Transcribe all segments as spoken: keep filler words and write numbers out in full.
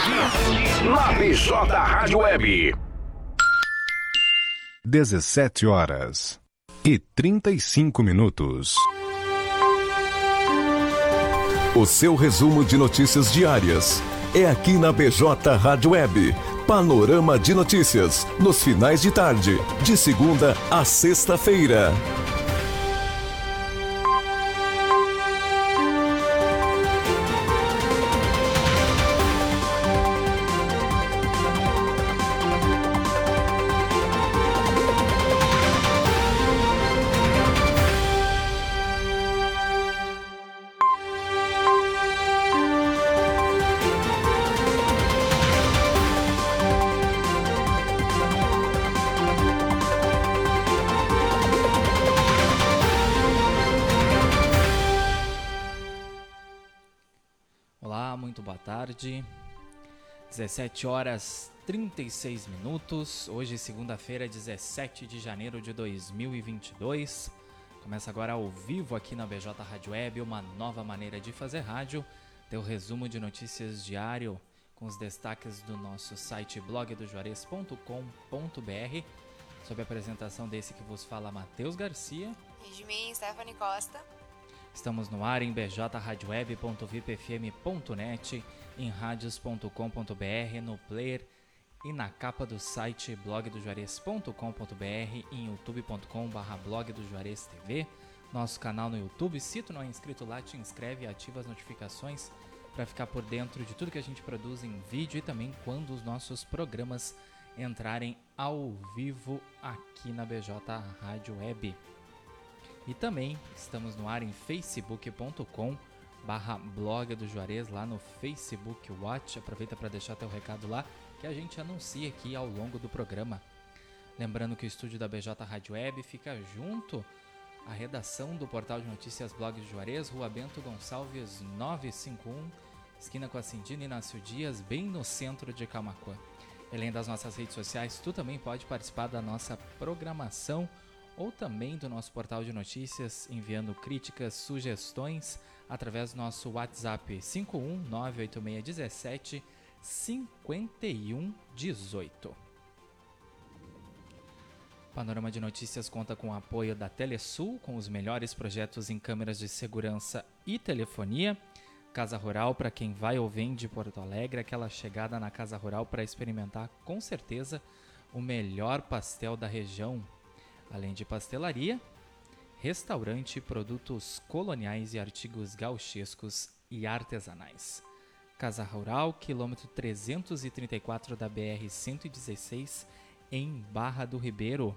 na B J Rádio Web. dezessete horas e trinta e cinco minutos. O seu resumo de notícias diárias é aqui na B J Rádio Web. Panorama de notícias, nos finais de tarde, de segunda a sexta-feira. dezessete horas trinta e seis minutos, hoje segunda-feira, dezessete de janeiro de dois mil e vinte e dois. Começa agora ao vivo aqui na B J Rádio Web, uma nova maneira de fazer rádio, teu resumo de notícias diário com os destaques do nosso site blog do juarez ponto com ponto b r, sob a apresentação desse que vos fala Matheus Garcia e de mim, Stephanie Costa. Estamos no ar em b j rádio web ponto vip f m ponto net, em radios ponto com ponto b r, no player e na capa do site blog do juarez ponto com ponto b r, em youtube ponto com barra blog do juarez T V, nosso canal no YouTube. Se tu não é inscrito lá, te inscreve e ativa as notificações para ficar por dentro de tudo que a gente produz em vídeo e também quando os nossos programas entrarem ao vivo aqui na B J Rádio Web. E também estamos no ar em facebook ponto com barra blog do Juarez, lá no Facebook Watch. Aproveita para deixar teu recado lá, que a gente anuncia aqui ao longo do programa. Lembrando que o estúdio da B J Rádio Web fica junto à redação do portal de notícias Blog do Juarez, Rua Bento Gonçalves novecentos e cinquenta e um, esquina com a Cindina Inácio Dias, bem no centro de Camaquã. Além das nossas redes sociais, tu também pode participar da nossa programação ou também do nosso portal de notícias, enviando críticas, sugestões através do nosso WhatsApp cinco um nove oito seis um sete cinco um um oito. Panorama de Notícias conta com o apoio da Telesul, com os melhores projetos em câmeras de segurança e telefonia. Casa Rural, para quem vai ou vem de Porto Alegre, aquela chegada na Casa Rural para experimentar com certeza o melhor pastel da região. Além de pastelaria, restaurante, produtos coloniais e artigos gauchescos e artesanais. Casa Rural, quilômetro trezentos e trinta e quatro da B R cento e dezesseis, em Barra do Ribeiro.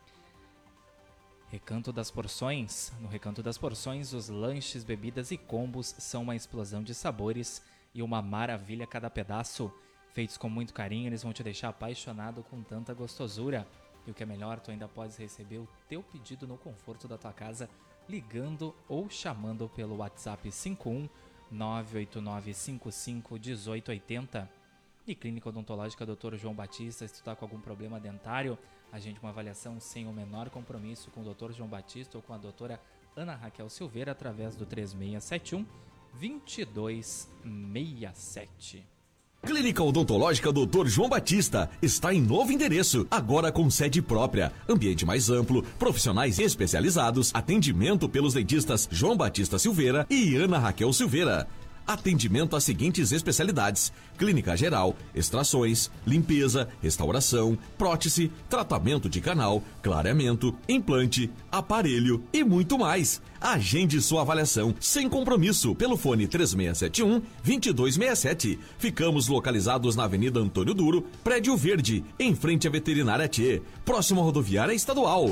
Recanto das Porções. No Recanto das Porções, os lanches, bebidas e combos são uma explosão de sabores e uma maravilha a cada pedaço. Feitos com muito carinho, eles vão te deixar apaixonado com tanta gostosura. E o que é melhor, tu ainda podes receber o teu pedido no conforto da tua casa, ligando ou chamando pelo WhatsApp cinco um nove oito nove cinco cinco um oito oito zero. E Clínica Odontológica doutor João Batista, se tu tá com algum problema dentário, agende uma avaliação sem o menor compromisso com o doutor João Batista ou com a doutora Ana Raquel Silveira através do três seis sete um dois dois seis sete. Clínica Odontológica doutor João Batista está em novo endereço, agora com sede própria, ambiente mais amplo, profissionais especializados, atendimento pelos dentistas João Batista Silveira e Ana Raquel Silveira. Atendimento às seguintes especialidades: clínica geral, extrações, limpeza, restauração, prótese, tratamento de canal, clareamento, implante, aparelho e muito mais. Agende sua avaliação sem compromisso pelo fone três seis sete um dois dois seis sete. Ficamos localizados na Avenida Antônio Duro, Prédio Verde, em frente à Veterinária Tchê, próximo à rodoviária estadual.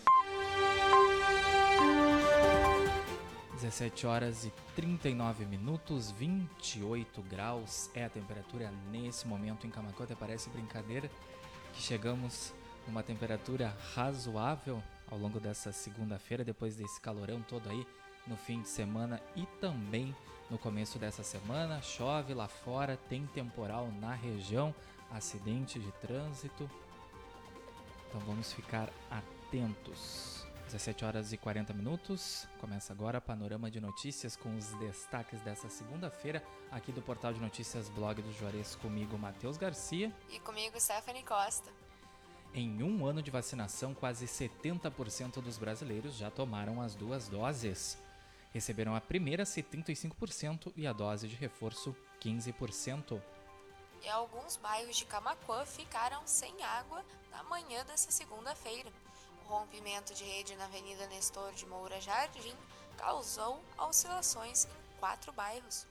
dezessete horas e trinta e nove minutos, vinte e oito graus é a temperatura nesse momento em Camaquã. Até parece brincadeira que chegamos numa temperatura razoável ao longo dessa segunda-feira, depois desse calorão todo aí no fim de semana e também no começo dessa semana. Chove lá fora, tem temporal na região, acidente de trânsito, então vamos ficar atentos. dezessete horas e quarenta minutos, começa agora Panorama de Notícias com os destaques dessa segunda-feira aqui do Portal de Notícias Blog do Juarez, comigo Matheus Garcia. E comigo Stephanie Costa. Em um ano de vacinação, quase setenta por cento dos brasileiros já tomaram as duas doses. Receberam a primeira setenta e cinco por cento e a dose de reforço quinze por cento. E alguns bairros de Camaquã ficaram sem água na manhã dessa segunda-feira. O rompimento de rede na Avenida Nestor de Moura Jardim causou oscilações em quatro bairros.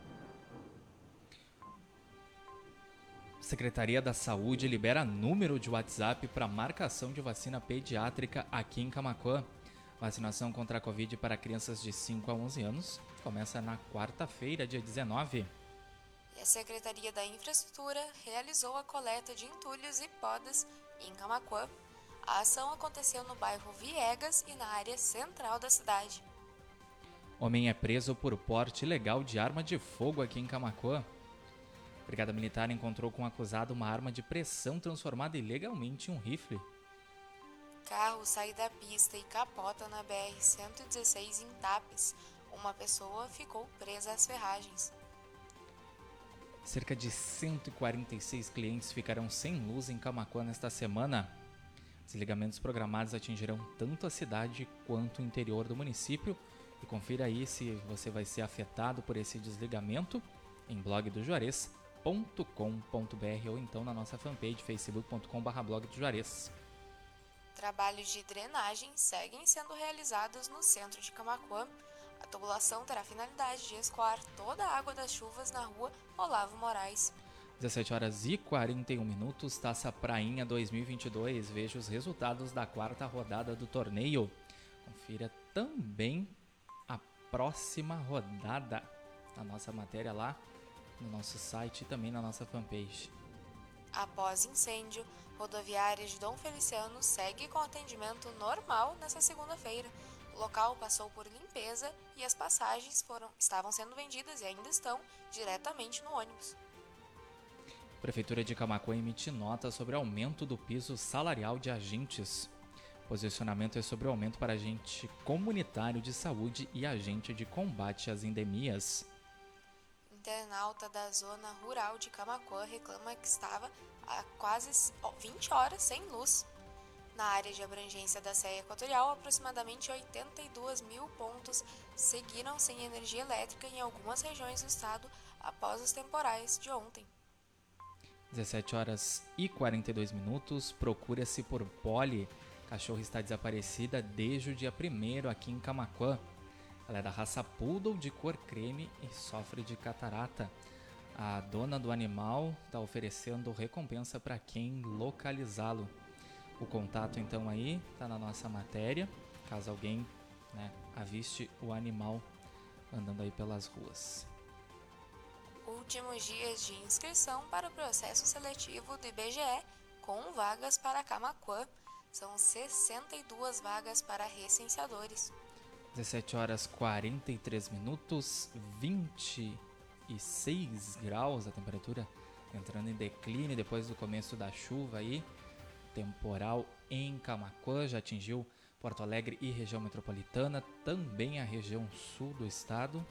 Secretaria da Saúde libera número de WhatsApp para marcação de vacina pediátrica aqui em Camaquã. Vacinação contra a Covid para crianças de cinco a onze anos começa na quarta-feira, dia dezenove. E a Secretaria da Infraestrutura realizou a coleta de entulhos e podas em Camaquã. A ação aconteceu no bairro Viegas e na área central da cidade. Homem é preso por porte ilegal de arma de fogo aqui em Camaquã. A Brigada Militar encontrou com o acusado uma arma de pressão transformada ilegalmente em um rifle. Carro sai da pista e capota na B R cento e dezesseis em Tapes. Uma pessoa ficou presa às ferragens. Cerca de cento e quarenta e seis clientes ficarão sem luz em Camaquã nesta semana. Desligamentos programados atingirão tanto a cidade quanto o interior do município. E confira aí se você vai ser afetado por esse desligamento em blog do juarez ponto com ponto br ou então na nossa fanpage facebook ponto com barra blog do Juarez. Trabalhos de drenagem seguem sendo realizados no centro de Camaquã. A tubulação terá a finalidade de escoar toda a água das chuvas na rua Olavo Moraes. dezessete horas e quarenta e um minutos, Taça Prainha dois mil e vinte e dois. Veja os resultados da quarta rodada do torneio. Confira também a próxima rodada na nossa matéria lá no nosso site e também na nossa fanpage. Após incêndio, rodoviária de Dom Feliciano segue com atendimento normal nesta segunda-feira. O local passou por limpeza e as passagens foram, estavam sendo vendidas e ainda estão diretamente no ônibus. Prefeitura de Camaquã emite nota sobre aumento do piso salarial de agentes. Posicionamento é sobre o aumento para agente comunitário de saúde e agente de combate às endemias. Internauta da zona rural de Camaquã reclama que estava há quase vinte horas sem luz. Na área de abrangência da Serra Equatorial, aproximadamente oitenta e dois mil pontos seguiram sem energia elétrica em algumas regiões do estado após os temporais de ontem. dezessete horas e quarenta e dois minutos, procura-se por Polly. Cachorro está desaparecida desde o dia primeiro aqui em Camaquã. Ela é da raça Poodle de cor creme e sofre de catarata. A dona do animal está oferecendo recompensa para quem localizá-lo. O contato então aí está na nossa matéria, caso alguém, né, aviste o animal andando aí pelas ruas. Últimos dias de inscrição para o processo seletivo do I B G E com vagas para Camaquã. São sessenta e duas vagas para recenseadores. dezessete horas e quarenta e três minutos, vinte e seis graus a temperatura, entrando em declínio depois do começo da chuva aí. Temporal em Camaquã já atingiu Porto Alegre e região metropolitana, também a região sul do estado.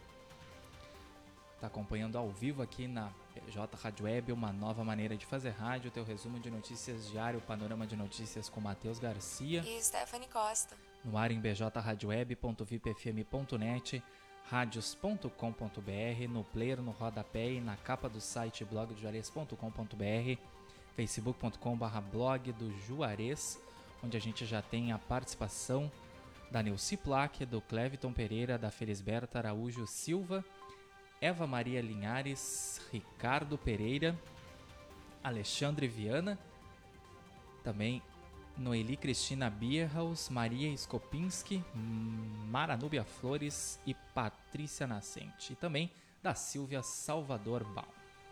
Está acompanhando ao vivo aqui na P J Rádio Web, uma nova maneira de fazer rádio, teu resumo de notícias diário, Panorama de Notícias com Matheus Garcia. E Stephanie Costa. No ar em b j rádio web ponto vip f m ponto net, radios ponto com ponto br, no player, no rodapé e na capa do site blog do juarez ponto com ponto br, facebook ponto com barra blog do Juarez, onde a gente já tem a participação da Neuci Plaque, do Cleviton Pereira, da Felisberta Araújo Silva, Eva Maria Linhares, Ricardo Pereira, Alexandre Viana, também Noeli Cristina Bierhaus, Maria Skopinski, Maranúbia Flores e Patrícia Nascente. E também da Silvia Salvador Baum.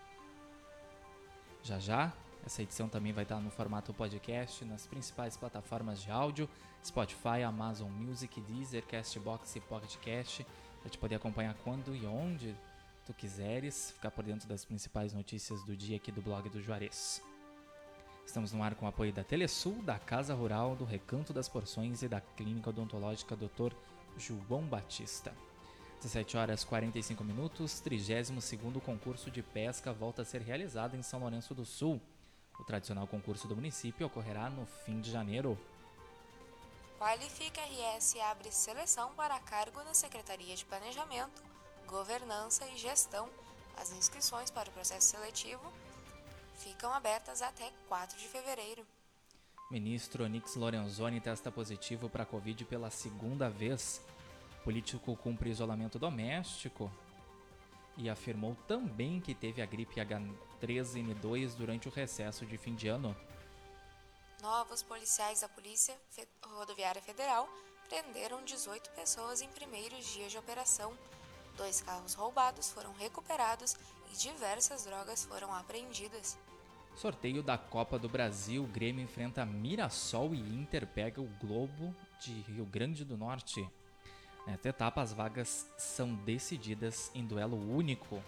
Já já, essa edição também vai estar no formato podcast nas principais plataformas de áudio, Spotify, Amazon Music, Deezer, Castbox e Pocket Cast, para te poder acompanhar quando e onde tu quiseres, ficar por dentro das principais notícias do dia aqui do blog do Juarez. Estamos no ar com o apoio da Telesul, da Casa Rural, do Recanto das Porções e da Clínica Odontológica doutor João Batista. dezessete horas e quarenta e cinco minutos, trigésimo segundo concurso de pesca volta a ser realizado em São Lourenço do Sul. O tradicional concurso do município ocorrerá no fim de janeiro. Qualifica R S abre seleção para cargo na Secretaria de Planejamento, Governança e Gestão. As inscrições para o processo seletivo ficam abertas até quatro de fevereiro. Ministro Onyx Lorenzoni testa positivo para a Covid pela segunda vez. Político cumpre isolamento doméstico e afirmou também que teve a gripe agá três ene dois durante o recesso de fim de ano. Novos policiais da Polícia Rodoviária Federal prenderam dezoito pessoas em primeiros dias de operação. Dois carros roubados foram recuperados e diversas drogas foram apreendidas. Sorteio da Copa do Brasil, Grêmio enfrenta Mirassol e Inter pega o Globo de Rio Grande do Norte. Nesta etapa, as vagas são decididas em duelo único.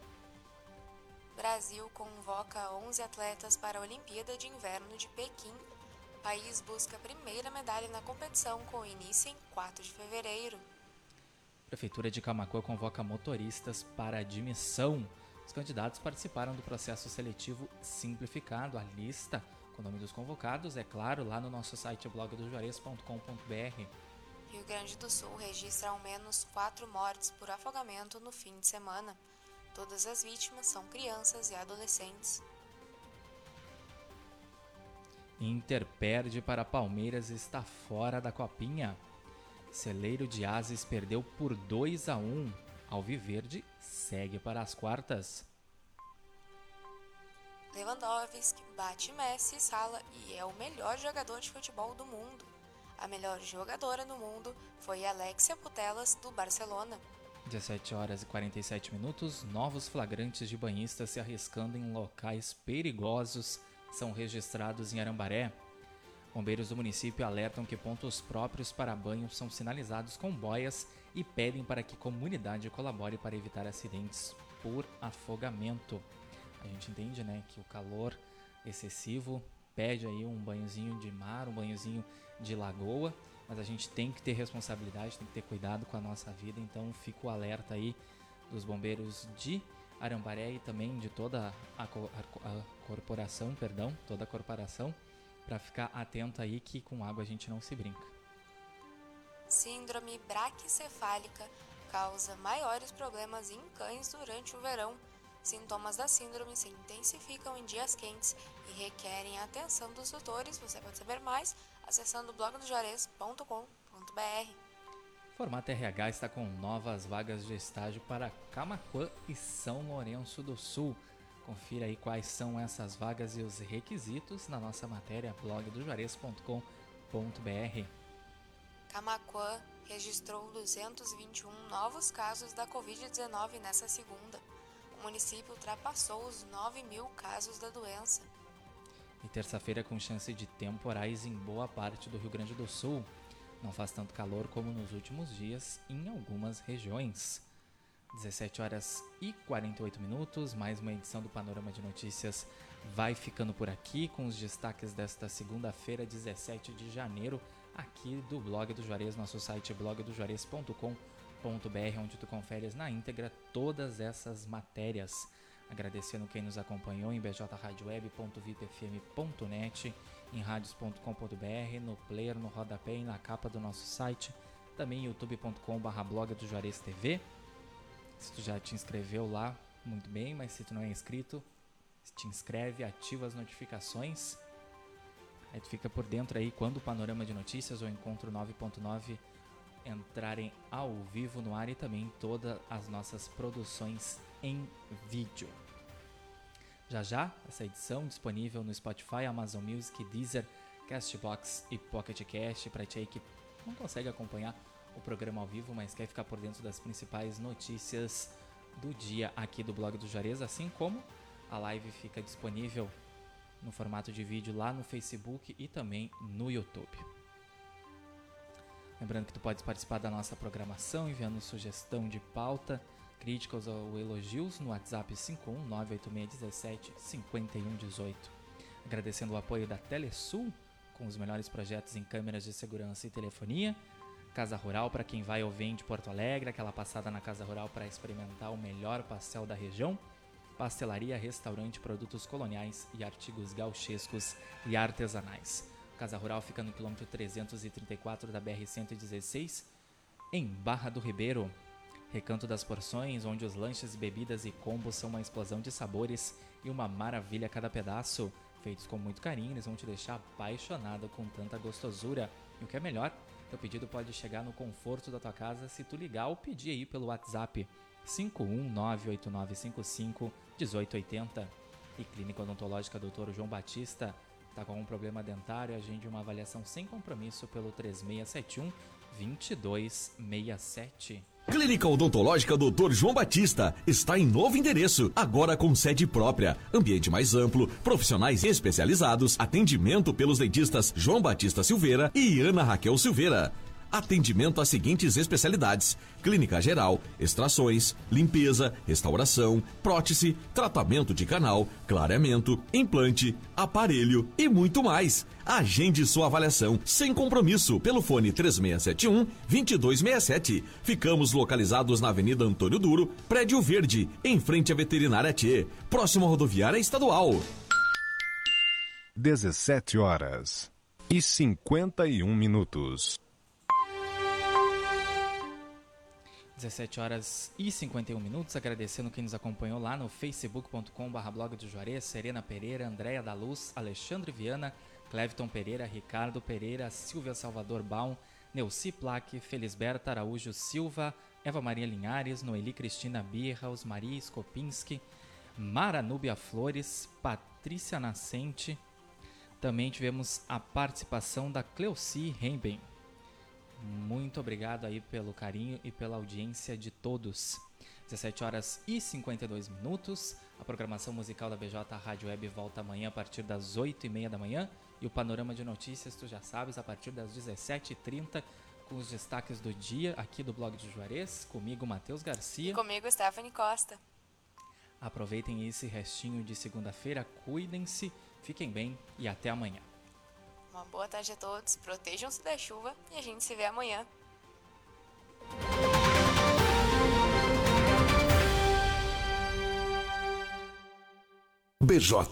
Brasil convoca onze atletas para a Olimpíada de Inverno de Pequim. O país busca a primeira medalha na competição com início em quatro de fevereiro. Prefeitura de Camaquã convoca motoristas para admissão. Os candidatos participaram do processo seletivo simplificado. A lista com o nome dos convocados é claro lá no nosso site blog do juarez ponto com ponto b r. Rio Grande do Sul registra ao menos quatro mortes por afogamento no fim de semana. Todas as vítimas são crianças e adolescentes. Inter perde para Palmeiras e está fora da Copinha. Celeiro de Ases perdeu por dois a um. Alviverde segue para as quartas. Lewandowski bate Messi e Salah e é o melhor jogador de futebol do mundo. A melhor jogadora no mundo foi Alexia Putellas, do Barcelona. dezessete horas e quarenta e sete minutos, novos flagrantes de banhistas se arriscando em locais perigosos são registrados em Arambaré. Bombeiros do município alertam que pontos próprios para banho são sinalizados com boias e pedem para que a comunidade colabore para evitar acidentes por afogamento. A gente entende, né, que o calor excessivo pede aí um banhozinho de mar, um banhozinho de lagoa, mas a gente tem que ter responsabilidade, tem que ter cuidado com a nossa vida, então fica o alerta aí dos bombeiros de Arambaré e também de toda a, co- a, a corporação, perdão, toda a corporação, para ficar atento aí que com água a gente não se brinca. Síndrome braquicefálica causa maiores problemas em cães durante o verão. Sintomas da síndrome se intensificam em dias quentes e requerem a atenção dos tutores. Você pode saber mais acessando blog do juarez ponto com ponto b r. Formato R H está com novas vagas de estágio para Camaquã e São Lourenço do Sul. Confira aí quais são essas vagas e os requisitos na nossa matéria blog do juarez ponto com ponto b r. Camaquã registrou duzentos e vinte e um novos casos da covid dezenove nessa segunda. O município ultrapassou os nove mil casos da doença. E terça-feira com chance de temporais em boa parte do Rio Grande do Sul. Não faz tanto calor como nos últimos dias em algumas regiões. dezessete horas e quarenta e oito minutos, mais uma edição do Panorama de Notícias vai ficando por aqui com os destaques desta segunda-feira, dezessete de janeiro, aqui do blog do Juarez, nosso site blog do juarez ponto com ponto b r, onde tu conferes na íntegra todas essas matérias. Agradecendo quem nos acompanhou em b j rádio web ponto vip f m ponto net, em radios ponto com ponto b r, no player, no rodapé e na capa do nosso site, também youtube ponto com barra blog do Juarez T V. Se tu já te inscreveu lá, muito bem, mas se tu não é inscrito, te inscreve, ativa as notificações, aí tu fica por dentro aí quando o Panorama de Notícias ou Encontro nove ponto nove entrarem ao vivo no ar e também todas as nossas produções em vídeo. Já já, essa edição disponível no Spotify, Amazon Music, Deezer, Castbox e Pocket Cast para ti aí que não consegue acompanhar o programa ao vivo, mas quer ficar por dentro das principais notícias do dia aqui do blog do Juarez, assim como a live fica disponível no formato de vídeo lá no Facebook e também no YouTube. Lembrando que tu pode participar da nossa programação enviando sugestão de pauta, críticas ou elogios no WhatsApp cinco um nove oito seis um sete cinco um um oito. agradecendo o apoio da Telesul, com os melhores projetos em câmeras de segurança e telefonia. Casa Rural, para quem vai ou vem de Porto Alegre, aquela passada na Casa Rural para experimentar o melhor pastel da região. Pastelaria, restaurante, produtos coloniais e artigos gauchescos e artesanais. Casa Rural fica no quilômetro trezentos e trinta e quatro da B R cento e dezesseis, em Barra do Ribeiro. Recanto das Porções, onde os lanches, bebidas e combos são uma explosão de sabores e uma maravilha a cada pedaço. Feitos com muito carinho, eles vão te deixar apaixonado com tanta gostosura. E o que é melhor, teu pedido pode chegar no conforto da tua casa se tu ligar ou pedir aí pelo WhatsApp cinco um nove oito nove cinco cinco um oito oito zero. E Clínica Odontológica doutor João Batista, tá com algum problema dentário, agende uma avaliação sem compromisso pelo três seis sete um, dois dois seis sete. Clínica Odontológica doutor João Batista está em novo endereço, agora com sede própria, ambiente mais amplo, profissionais especializados, atendimento pelos dentistas João Batista Silveira e Ana Raquel Silveira. Atendimento às seguintes especialidades: clínica geral, extrações, limpeza, restauração, prótese, tratamento de canal, clareamento, implante, aparelho e muito mais. Agende sua avaliação sem compromisso pelo fone três seis sete um, dois dois seis sete. Ficamos localizados na Avenida Antônio Duro, Prédio Verde, em frente à Veterinária Tchê, próximo à rodoviária estadual. dezessete horas e cinquenta e um minutos. dezessete horas e cinquenta e um minutos, agradecendo quem nos acompanhou lá no facebook ponto com barra blog do Juarez, Serena Pereira, Andréia da Luz, Alexandre Viana, Cleviton Pereira, Ricardo Pereira, Silvia Salvador Baum, Neuci Plaque, Felisberta Araújo Silva, Eva Maria Linhares, Noeli Cristina Birraus, Maria Skopinski, Mara Núbia Flores, Patrícia Nascente. Também tivemos a participação da Cleuci Remben. Muito obrigado aí pelo carinho e pela audiência de todos. dezessete horas e cinquenta e dois minutos. A programação musical da B J Rádio Web volta amanhã a partir das oito e meia da manhã. E o panorama de notícias, tu já sabes, a partir das dezessete e trinta, com os destaques do dia aqui do blog de Juarez. Comigo, Matheus Garcia. E comigo, Stephanie Costa. Aproveitem esse restinho de segunda-feira, cuidem-se, fiquem bem e até amanhã. Uma boa tarde a todos, protejam-se da chuva e a gente se vê amanhã. B J